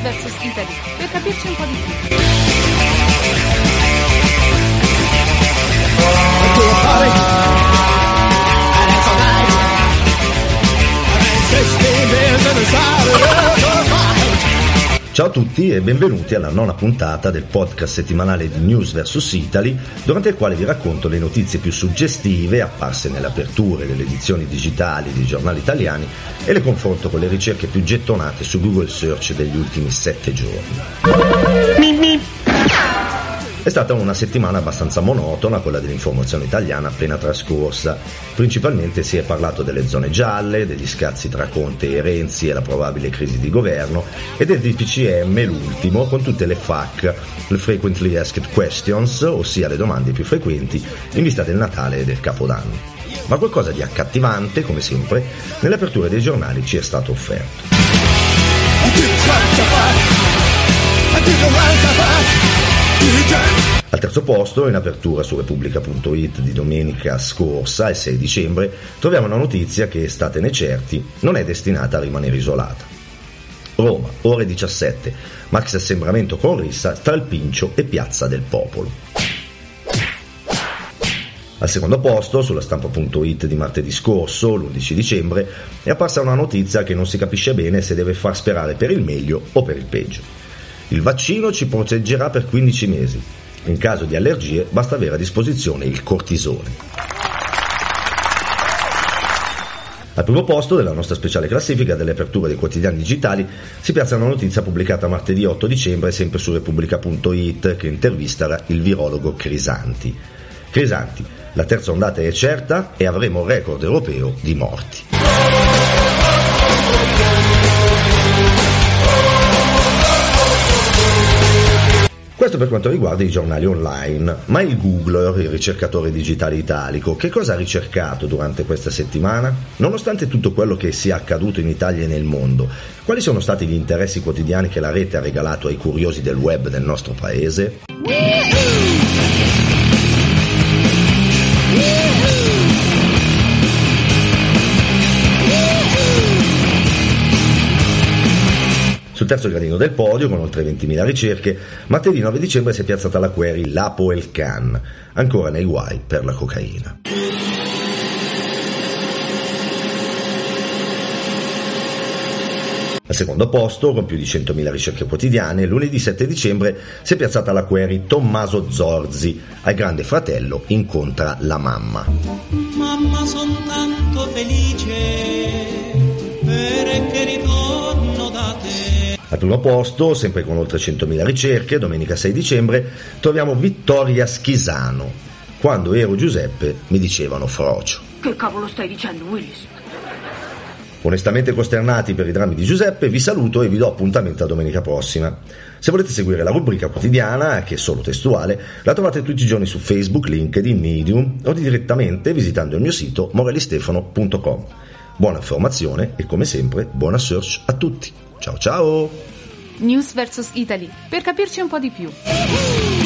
News vs Italy, per capirci un po' di più. Ciao a tutti e benvenuti alla nona puntata del podcast settimanale di News vs Italy, durante il quale vi racconto le notizie più suggestive apparse nelle aperture delle edizioni digitali dei giornali italiani e le confronto con le ricerche più gettonate su Google Search degli ultimi 7 giorni. È stata una settimana abbastanza monotona quella dell'informazione italiana appena trascorsa. Principalmente si è parlato delle zone gialle, degli scazzi tra Conte e Renzi e la probabile crisi di governo, e del DPCM, l'ultimo, con tutte le FAQ, le Frequently Asked Questions, ossia le domande più frequenti in vista del Natale e del Capodanno. Ma qualcosa di accattivante, come sempre, nelle aperture dei giornali ci è stato offerto. Al terzo posto, in apertura su Repubblica.it di domenica scorsa, il 6 dicembre, troviamo una notizia che, statene certi, non è destinata a rimanere isolata. Roma, ore 17, max assembramento con rissa tra il Pincio e Piazza del Popolo. Al secondo posto, sulla Stampa.it di martedì scorso, l'11 dicembre, è apparsa una notizia che non si capisce bene se deve far sperare per il meglio o per il peggio. Il vaccino ci proteggerà per 15 mesi. In caso di allergie basta avere a disposizione il cortisone. Al primo posto della nostra speciale classifica delle aperture dei quotidiani digitali si piazza una notizia pubblicata martedì 8 dicembre sempre su Repubblica.it che intervista il virologo Crisanti. Crisanti, la terza ondata è certa e avremo un record europeo di morti. Questo per quanto riguarda i giornali online, ma il Googler, il ricercatore digitale italico, che cosa ha ricercato durante questa settimana? Nonostante tutto quello che sia accaduto in Italia e nel mondo, quali sono stati gli interessi quotidiani che la rete ha regalato ai curiosi del web del nostro paese? Sul terzo gradino del podio, con oltre 20.000 ricerche, martedì 9 dicembre si è piazzata la query Lapo El Khan, ancora nei guai per la cocaina. Al secondo posto, con più di 100.000 ricerche quotidiane, lunedì 7 dicembre si è piazzata la query Tommaso Zorzi, al Grande Fratello incontra la mamma. Mamma, son tanto felice perché ritorno da te. Al primo posto, sempre con oltre 100.000 ricerche, domenica 6 dicembre, troviamo Vittoria Schisano. Quando ero Giuseppe mi dicevano Frocio. Che cavolo stai dicendo, Willis? Onestamente costernati per i drammi di Giuseppe, vi saluto e vi do appuntamento a domenica prossima. Se volete seguire la rubrica quotidiana, che è solo testuale, la trovate tutti i giorni su Facebook, LinkedIn, Medium o direttamente visitando il mio sito morelistefano.com. Buona informazione e come sempre buona search a tutti. Ciao ciao! News vs Italy, per capirci un po' di più.